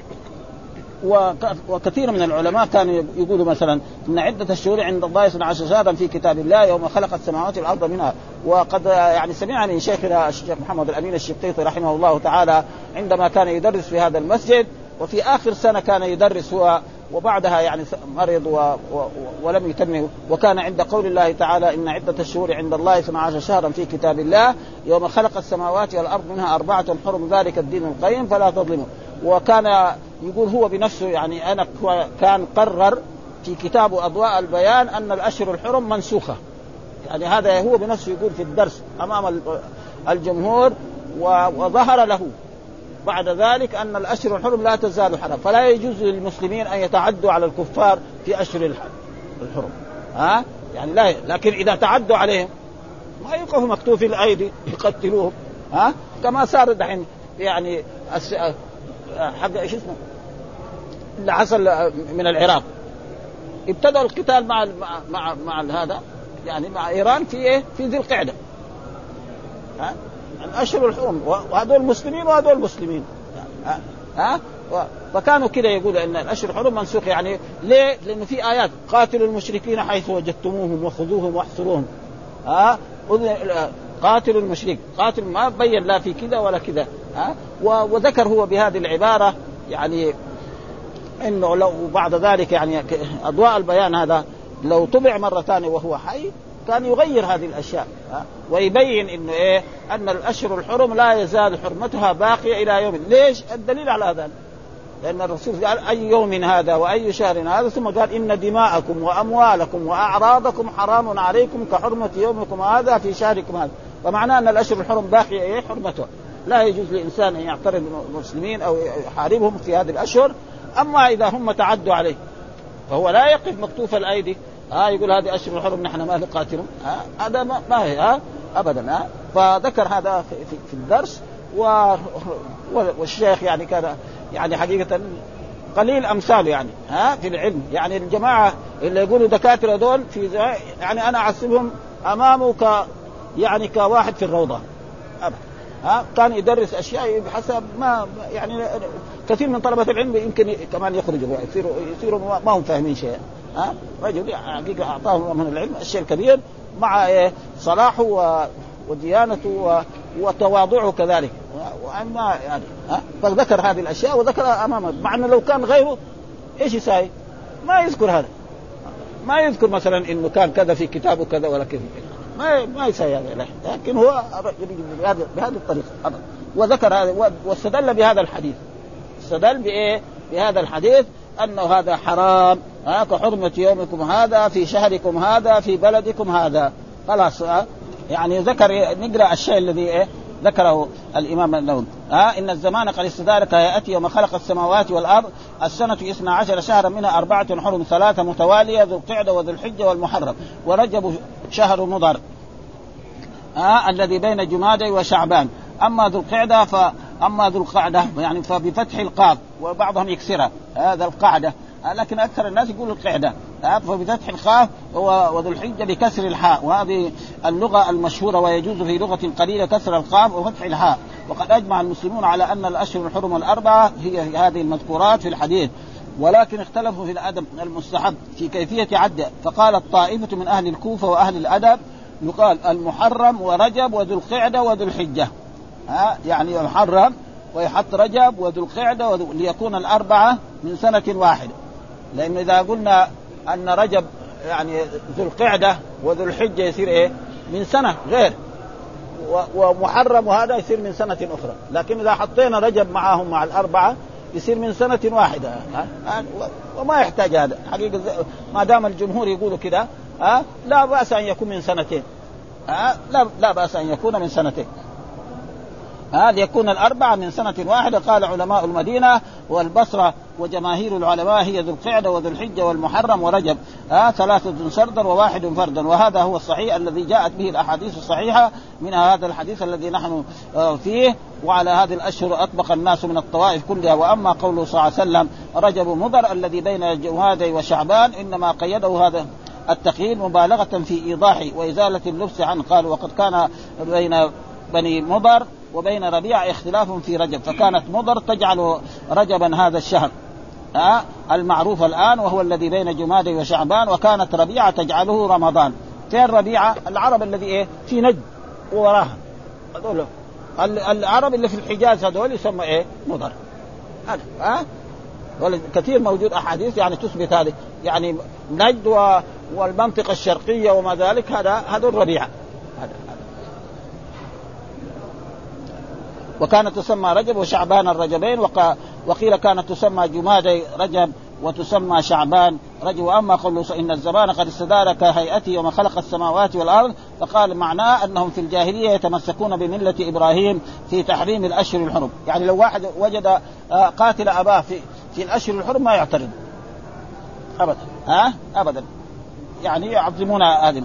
وكثير من العلماء كانوا يقولوا مثلا إن عدة الشهور عند الله 12 شهرا في كتاب الله يوم خلق السماوات والأرض منها. وقد يعني سمعنا من شيخنا الشيخ محمد الأمين الشقيطي رحمه الله تعالى عندما كان يدرس في هذا المسجد، وفي آخر سنة كان يدرس هو، وبعدها يعني مرض ولم يتم. وكان عند قول الله تعالى إن عدة الشهور عند الله 12 شهرا في كتاب الله يوم خلق السماوات والأرض منها 4 حرم ذلك الدين القيم فلا تظلموا. وكان يقول هو بنفسه يعني أنا كان قرر في كتاب أضواء البيان أن الأشهر الحرم منسوخة، يعني هذا هو بنفسه يقول في الدرس أمام الجمهور وظهر له بعد ذلك أن الأشهر الحرم لا تزال حرام، فلا يجوز للمسلمين أن يتعدوا على الكفار في أشهر الحرم. يعني لا، لكن إذا تعدوا عليهم ما يوقفوا مكتوفي الأيدي يقتلوهم، كما صار دحين يعني حق ايش اسمه اللي حصل من العراق، ابتدأوا القتال مع هذا يعني مع إيران في ايه في ذي القعدة، الأشهر الحرم، وهذول مسلمين وهذول مسلمين، فكانوا كده يقولوا ان الأشهر الحرم منسوخ. يعني ليه؟ لأنه في آيات قاتلوا المشركين حيث وجدتموهم وخذوهم واحصروهم، قاتلوا المشرك، قاتل ما بين لا في كذا ولا كذا، وذكر هو بهذه العبارة يعني انه لو بعد ذلك يعني أضواء البيان هذا لو طبع مرة ثانية وهو حي كان يغير هذه الأشياء، ويبين إنه إيه أن الأشهر الحرم لا يزال حرمتها باقية إلى يوم. ليش؟ الدليل على هذا لأن الرسول قال أي يوم هذا وأي شهر هذا، ثم قال إن دماءكم وأموالكم وأعراضكم حرام عليكم كحرمة يومكم هذا في شهركم هذا. فمعناه أن الأشهر الحرم باقية إيه حرمتها، لا يجوز لإنسان أن يعترض المسلمين أو يحاربهم في هذه الأشهر. أما إذا هم تعدوا عليه فهو لا يقف مكتوف الأيدي يقول هذه أشهر الحرم نحن ما نقاتلهم، هذا ما هي أبدا. فذكر هذا في الدرس، والشيخ يعني كان يعني حقيقة قليل أمثال يعني في العلم. يعني الجماعة اللي يقولوا دكاترة دول في يعني أنا أحسبهم أمامه يعني كواحد في الروضة أبدا. كان يدرس أشياء بحسب ما يعني كثير من طلبة العلم يمكن كمان يخرجوا يصيروا ما هم فاهمين شيء. رجل حقيقة أعطاهم من العلم الشيء الكبير مع صلاحه وديانته وتواضعه كذلك، وأما يعني فذكر هذه الأشياء وذكرها أمامه، مع أنه لو كان غيره إيش يساوي؟ ما يذكر هذا، ما يذكر مثلا إنه كان كذا في كتابه كذا ولا كذا، ما يساوي هذا، لكن هو بهذه الطريقة وذكر هذا واستدل بهذا الحديث. استدل بإيه؟ بهذا الحديث أنه هذا حرام كحرمة يومكم هذا في شهركم هذا في بلدكم هذا. خلاص يعني ذكر نقرأ الشيء الذي ذكره الإمام النووي. إن الزمان قد استدار كهيئته يوم خلق السماوات والأرض، السنة 12 شهرا منها 4 حرم 3 متوالية، ذو القعدة وذو الحجة والمحرم ورجب شهر مضر الذي بين جمادى وشعبان. أما ذو القعدة يعني فبفتح القاف وبعضهم يكسرها هذا القعدة، لكن أكثر الناس يقولوا القعدة فبفتح القاف، وذو الحجة بكسر الحاء، وهذه اللغة المشهورة، ويجوز في لغة قليلة كسر القاف وفتح الحاء. وقد أجمع المسلمون على أن الأشهر الحرم الأربعة هي هذه المذكورات في الحديث، ولكن اختلفوا في الأدب المستحب في كيفية عده. فقالت طائفة من أهل الكوفة وأهل الأدب يقال المحرم ورجب وذو القعدة وذو الحجة، يعني المحرم ويحط رجب وذو القعدة ليكون الأربعة من سنة واحدة. لأن إذا قلنا أن رجب يعني ذو القعدة وذو الحجة يصير إيه من سنة غير، ومحرم وهذا يصير من سنة أخرى. لكن إذا حطينا رجب معهم مع الأربعة يصير من سنة واحدة، وما يحتاج هذا حقيقة. ما دام الجمهور يقولوا كده لا بأس أن يكون من سنتين، لا بأس أن يكون من سنتين، ليكون الأربعة من سنة واحدة. قال علماء المدينة والبصرة وجماهير العلماء هي ذو القعدة وذو الحجة والمحرم ورجب 3 سردا وواحد فردا، وهذا هو الصحيح الذي جاءت به الأحاديث الصحيحة، منها هذا الحديث الذي نحن فيه. وعلى هذه الأشهر أطبق الناس من الطوائف كلها. وأما قوله صلى الله عليه وسلم رجب مضر الذي بين جمادى وشعبان، إنما قيده هذا التقييد مبالغة في إيضاح وإزالة اللبس عنه. قال وقد كان بين بني مضر وبين ربيع اختلاف في رجب، فكانت مضر تجعل رجبا هذا الشهر المعروف الآن وهو الذي بين جمادى وشعبان، وكانت ربيعة تجعله رمضان. فين ربيعة؟ العرب الذي في نجد ووراها، هذول العرب اللي في الحجاز هذول يسمى مضر. هذا كثير موجود أحاديث يعني تثبت هذه، يعني نجد والمنطقة الشرقية وما ذلك هذول ربيعة. وكانت تسمى رجب وشعبان الرجبين، وقيل كانت تسمى جمادى رجب وتسمى شعبان رجب. وأما قوله إن الزمان قد استدار كهيئته وما خلق السماوات والأرض، فقال معناه أنهم في الجاهلية يتمسكون بملة إبراهيم في تحريم الأشهر الحرم. يعني لو واحد وجد قاتل أباه في الأشهر الحرم ما يعترض أبدا، أبدا، يعني يعظمون آدم.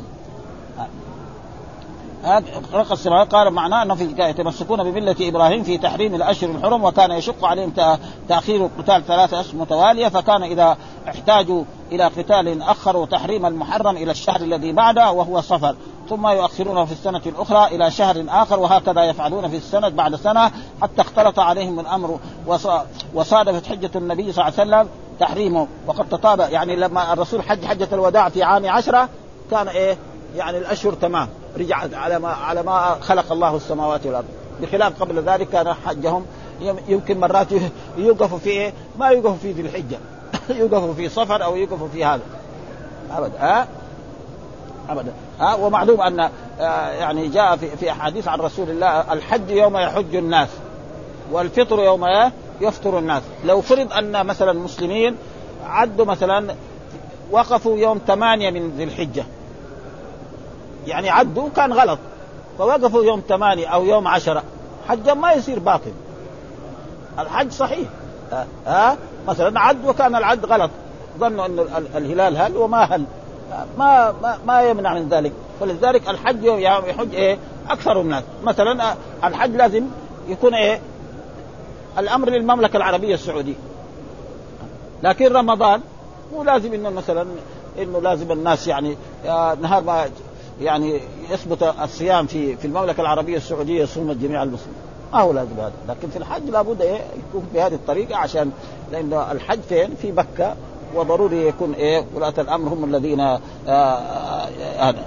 خلق السماوات قال معناه أنه يتمسكون بملة إبراهيم في تحريم الأشهر الحرم، وكان يشق عليهم تأخير القتال 3 أشهر متوالية، فكان إذا احتاجوا إلى قتال أخروا تحريم المحرم إلى الشهر الذي بعده وهو صفر، ثم يؤخرونه في السنة الأخرى إلى شهر آخر، وهكذا يفعلون في السنة بعد سنة حتى اختلط عليهم الأمر وصادفت حجة النبي صلى الله عليه وسلم تحريمه. وقد تطابق، يعني لما الرسول حجة الوداع في عام 10 كان يعني الأشهر تمام، رجعت على ما خلق الله السماوات والأرض، بخلاف قبل ذلك كان حجهم يمكن مرات يوقفوا في ما يوقفوا في ذي الحجة يوقفوا في صفر أو يوقفوا في هذا أبدا. أبدا. ومعلوم أن يعني جاء في أحاديث عن رسول الله الحج يوم يحج الناس والفطر يوم يفطر الناس. لو فرض أن مثلا المسلمين عدوا مثلا وقفوا يوم 8 من ذي الحجة، يعني عدوا كان غلط فوقفوا يوم 8 أو يوم 10، حجا ما يصير باطل، الحج صحيح. مثلا عد وكان العد غلط، ظنوا أن الهلال هل وما هل، ما يمنع من ذلك. فلذلك الحج يحج أكثر الناس. مثلا الحج لازم يكون الأمر للمملكة العربية السعودية، لكن رمضان مو لازم إنه مثلا إنه لازم الناس يعني نهار ما يعني يثبت الصيام في المملكة العربية السعودية يصوم الجميع المسلمين، ما هو لازم هذا. لكن في الحج لابد يكون بهذه الطريقة، عشان لأن الحج فين في مكة، وضروري يكون ولاة الأمر هم الذين هذا.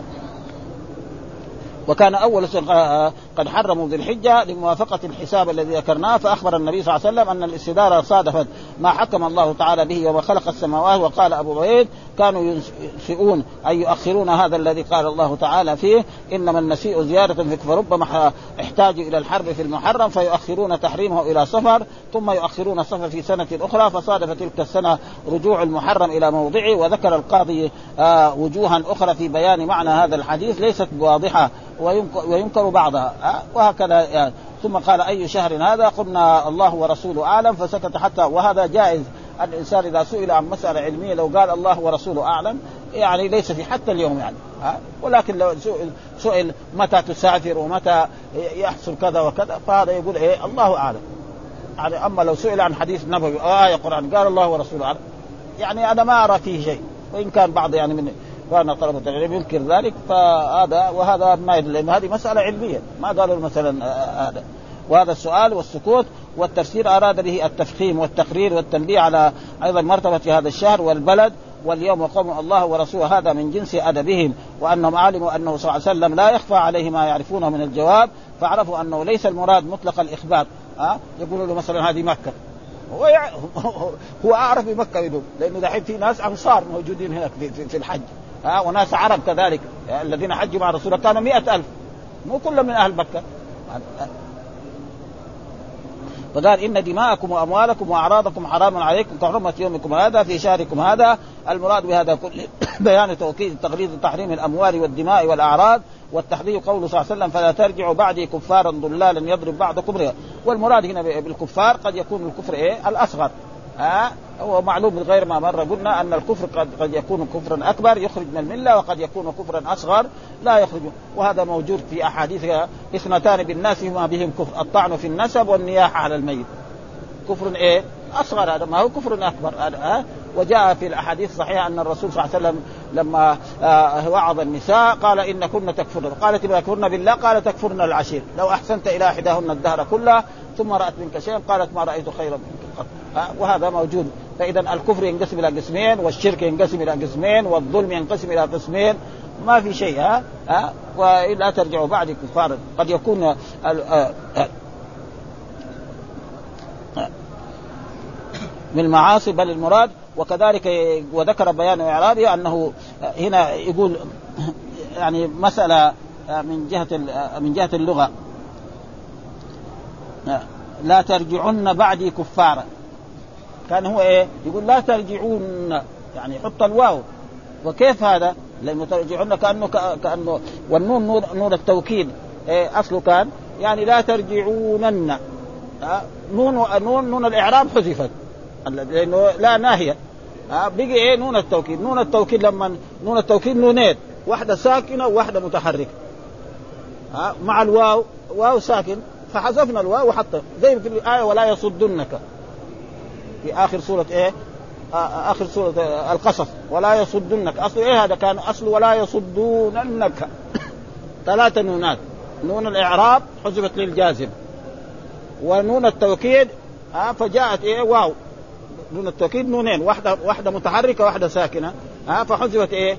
وكان أول قد حرموا ذي الحجة لموافقة الحساب الذي ذكرناه، فأخبر النبي صلى الله عليه وسلم أن الاستدارة صادفت ما حكم الله تعالى به وما خلق السماوات. وقال أبو عبيد كانوا ينسئون أي يؤخرون هذا الذي قال الله تعالى فيه إنما النسيء زيادة في فربما احتاجوا إلى الحرب في المحرم فيؤخرون تحريمه إلى صفر، ثم يؤخرون صفر في سنة أخرى، فصادف تلك السنة رجوع المحرم إلى موضعه. وذكر القاضي وجوها أخرى في بيان معنى هذا الحديث ليست واضحة وينكر بعضها، وهكذا يعني. ثم قال أي شهر هذا؟ قلنا الله ورسوله أعلم، فسكت حتى. وهذا جائز، الإنسان إذا سئل عن مسألة علمية لو قال الله ورسوله أعلم يعني ليس في حتى اليوم يعني ولكن لو سئل متى تسافر ومتى يحصل كذا وكذا فهذا يقول الله أعلم يعني. أما لو سئل عن حديث نبوي آية قرآن قال الله ورسوله أعلم يعني أنا ما أرى فيه شيء، وإن كان بعض يعني من كان طلبة العلم ينكر ذلك، فهذا وهذا ما يدل، لأن هذه مسألة علمية ما قالوا مثلا هذا. وهذا السؤال والسكوت والتفسير أراد به التفخيم والتقرير والتنبيه على أيضا مرتبة هذا الشهر والبلد واليوم وقوم الله ورسوله، هذا من جنس أدبهم، وأنهم علموا أنه صلى الله عليه وسلم لا يخفى عليه ما يعرفونه من الجواب، فعرفوا أنه ليس المراد مطلق الإخبار. يقولوا له مثلا هذه مكة، هو أعرف بمكة منهم، لأنه دحين في ناس أنصار موجودين هناك في الحج وناس عرب كذلك الذين حجوا مع رسول الله كانوا 100,000، مو كلهم من أهل مكة. فقال إن دماءكم وأموالكم وأعراضكم حرام عليكم كحرمة يومكم هذا في شهركم هذا. المراد بهذا كل بيان توكيد تغليظ تحريم الأموال والدماء والأعراض، والتحذير قوله صلى الله عليه وسلم فلا ترجعوا بعدي كفارا ضلالا يضرب بعضكم رئا. والمراد هنا بالكفار قد يكون الكفر الأصغر، هو معلوم من غير ما مر قلنا أن الكفر قد يكون كفرا أكبر يخرج من الملة، وقد يكون كفرا أصغر لا يخرج. وهذا موجود في أحاديث اثنتان بالناس هما بهم كفر، الطعن في النسب والنياحة على الميت. كفر أصغر هذا، ما هو كفر أكبر هذا. وجاء في الأحاديث الصحيحة أن الرسول صلى الله عليه وسلم لما وعظ النساء قال إن كن تكفرن، قالت ما يكفرن بالله، قال تكفرن العشير، لو أحسنت إلى إحداهن الدهر كله ثم رأت منك شيئا قالت ما رأيت خيرا منك قط. وهذا موجود. فإذا الكفر ينقسم إلى قسمين، والشرك ينقسم إلى قسمين، والظلم ينقسم إلى قسمين، ما في شيء وإلا ترجعوا بعد كفارا. قد يكون من المعاصي بل المراد. وكذلك وذكر بيان إعرابه أنه هنا يقول يعني مسألة من جهة اللغة لا ترجعن بعدي كفارا، كان هو إيه يقول لا ترجعون، يعني يحط الواو. وكيف هذا؟ لأنه ترجعون كأنه والنون نون التوكيد أصله كان يعني لا ترجعونن، نون الإعراب حذفت لأنه لا ناهية، بقي إيه نون التوكيد. نون التوكيد لما نون التوكيد نونين، واحدة ساكنة وواحدة متحركة، مع الواو واو ساكن فحذفنا الواو وحطه زي في الآية ولا يصدنك في آخر سورة إيه آخر سورة القصص ولا يصدنك. أصل إيه هذا؟ كان أصل ولا يصدوننك 3 نونات، نون الإعراب حذفت للجازم، ونون التوكيد فجاءت إيه واو. نون التوكيد نونين، واحدة متحركة واحدة ساكنة فحذفت إيه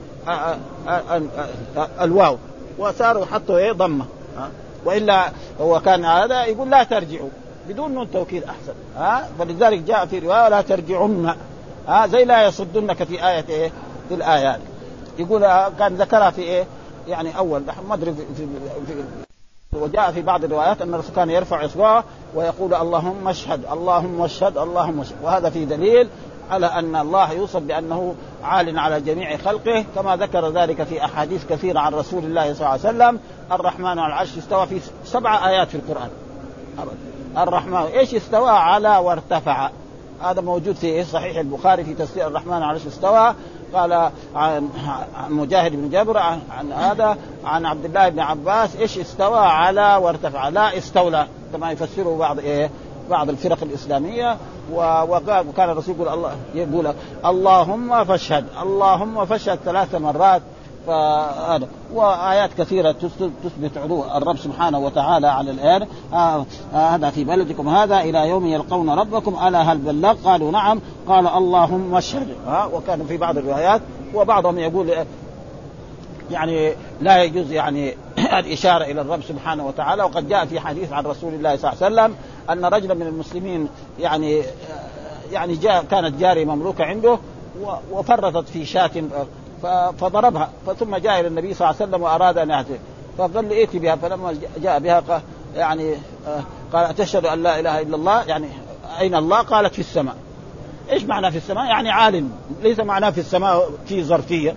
الواو وصاروا حطوا إيه ضمة. وإلا هو كان هذا يقول لا ترجعوا بدون نون توكيد أحسن. فلذلك جاء في رواية لا ترجعون، زي لا يصدنك في آية إيه في الآيات. يقول كان ذكرها في إيه يعني أول ما أدري وجاء في بعض الروايات أن الرسول كان يرفع إصبعه ويقول اللهم اشهد اللهم اشهد اللهم اشهد. وهذا في دليل على أن الله يوصف بأنه عال على جميع خلقه، كما ذكر ذلك في أحاديث كثيرة عن رسول الله صلى الله عليه وسلم. الرحمن على العرش استوى في 7 آيات في القرآن. الرحمن إيش استوى؟ على وارتفع. هذا موجود في صحيح البخاري في تفسير الرحمن على العرش استوى. قال عن مجاهد بن جبر عن هذا عن عبد الله بن عباس إيش استوى؟ على وارتفع، لا استولى كما يفسره بعض الفرق الإسلامية. وكان الرسول يقول اللهم فاشهد اللهم فاشهد 3 مرات. وآيات كثيرة تثبت علو الرب سبحانه وتعالى على الآن. هذا في بلدكم هذا إلى يوم يلقون ربكم ألا هل بلغ؟ قالوا نعم. قال اللهم اشهد. وكان في بعض الروايات وبعضهم يقول يعني لا يجوز يعني الإشارة إلى الرب سبحانه وتعالى. وقد جاء في حديث عن رسول الله صلى الله عليه وسلم أن رجلا من المسلمين يعني كانت جارية مملوكة عنده وفرطت في شاة فضربها، ثم جاء إلى النبي صلى الله عليه وسلم وأراد أن يعتذر فقال له ائتي بها. فلما جاء بها يعني قال أتشهد أن لا إله إلا الله، يعني أين الله؟ قالت في السماء. إيش معنى في السماء؟ يعني عالم، ليس معناه في السماء في ظرفية.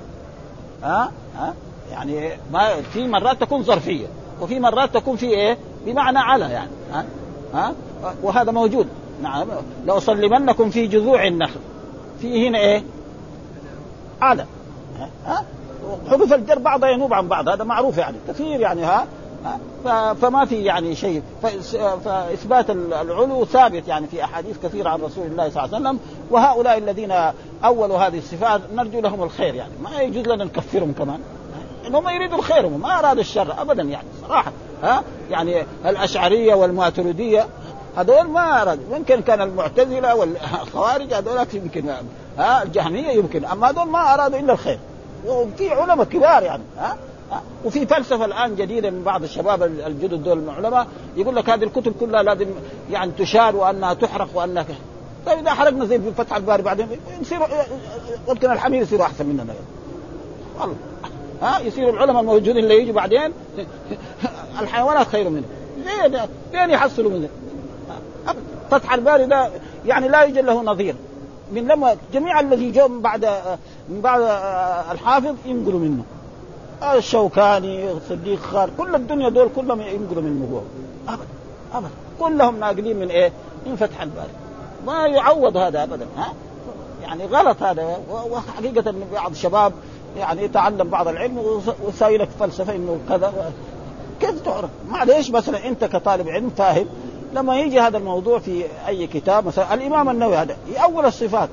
يعني ما في مرات تكون ظرفية وفي مرات تكون في إيه بمعنى على يعني وهذا موجود. نعم لو صلمنكم في جذوع النخل، في هنا إيه على حروف الجر بعضها ينوب عن بعض، هذا معروف يعني كثير يعني فما في يعني شيء. فإثبات العلو ثابت يعني في أحاديث كثيرة عن رسول الله صلى الله عليه وسلم. وهؤلاء الذين أولوا هذه الصفات نرجو لهم الخير، يعني ما يجوز لنا نكفرهم كمان، إنهم يريدوا الخير ما أرادوا الشر أبدا يعني صراحة. يعني الأشعرية والماتريدية هذول ما أرادوا، يمكن كان المعتزلة والخوارج هذول يمكن، الجهمية يمكن، أما هذول ما أرادوا إلا الخير. وفي علماء كبار يعني وفي فلسفة الآن جديدة من بعض الشباب الجدد دول العلماء يقول لك هذه الكتب كلها لازم يعني تشار وأنها تحرق وأنها طيب إذا حرقنا زي فتح الباري بعدين يصيروا ممكن الحمير يصيروا أحسن مننا والله. يصير العلماء الموجودين اللي يجوا بعدين الحيوانات خير منه. لين يحصلوا منه؟ فتح الباري ده يعني لا يوجد له نظير. من لما جميع الذي جاء من بعد الحافظ ينقلوا منه، الشوكاني الصديق خار كل الدنيا دول كلهم ينقلوا منه هو أبدا كلهم ناقلين من إيه؟ من فتح الباري. ما يعوض هذا أبدا. يعني غلط هذا. وحقيقة بعض الشباب يعني يتعلم بعض العلم وسايلك فلسفة إنه كذا كيف تعرف؟ معليش مثلا أنت كطالب علم فاهم لما يجي هذا الموضوع في أي كتاب مثلا الإمام النووي هذا يأول الصفات،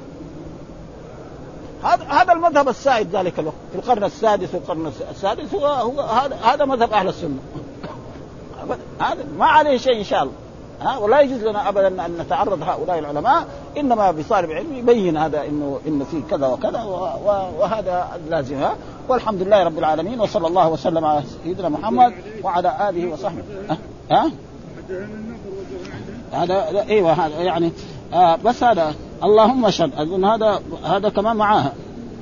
هذا المذهب السائد ذلك الوقت في القرن السادس والقرن السادس هو هذا مذهب أهل السنة. هذا ما عليه شيء إن شاء الله. ولا يجوز لنا أبدا أن نتعرض هؤلاء العلماء، إنما بطالب علم يبين هذا إنه في كذا وكذا وهذا اللازم. والحمد لله رب العالمين، وصلى الله وسلم على سيدنا محمد وعلى آله وصحبه. هذا ايوه هذا يعني بس هذا اللهم اشهد اظن هذا كمان معاها.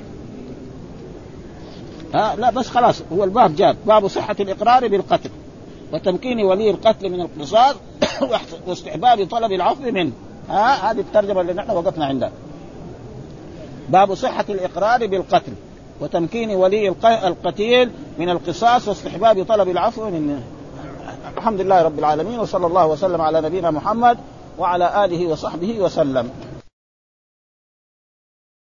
لا بس خلاص هو الباب جاب باب صحة الإقرار بالقتل وتمكين ولي القتل من القصاص واستحباب طلب العفو منه. هذه الترجمة اللي نحن وقفنا عندها. باب صحة الإقرار بالقتل وتمكين ولي القتيل من القصاص واستحباب طلب العفو منه. الحمد لله رب العالمين، وصلى الله وسلم على نبينا محمد وعلى آله وصحبه وسلم.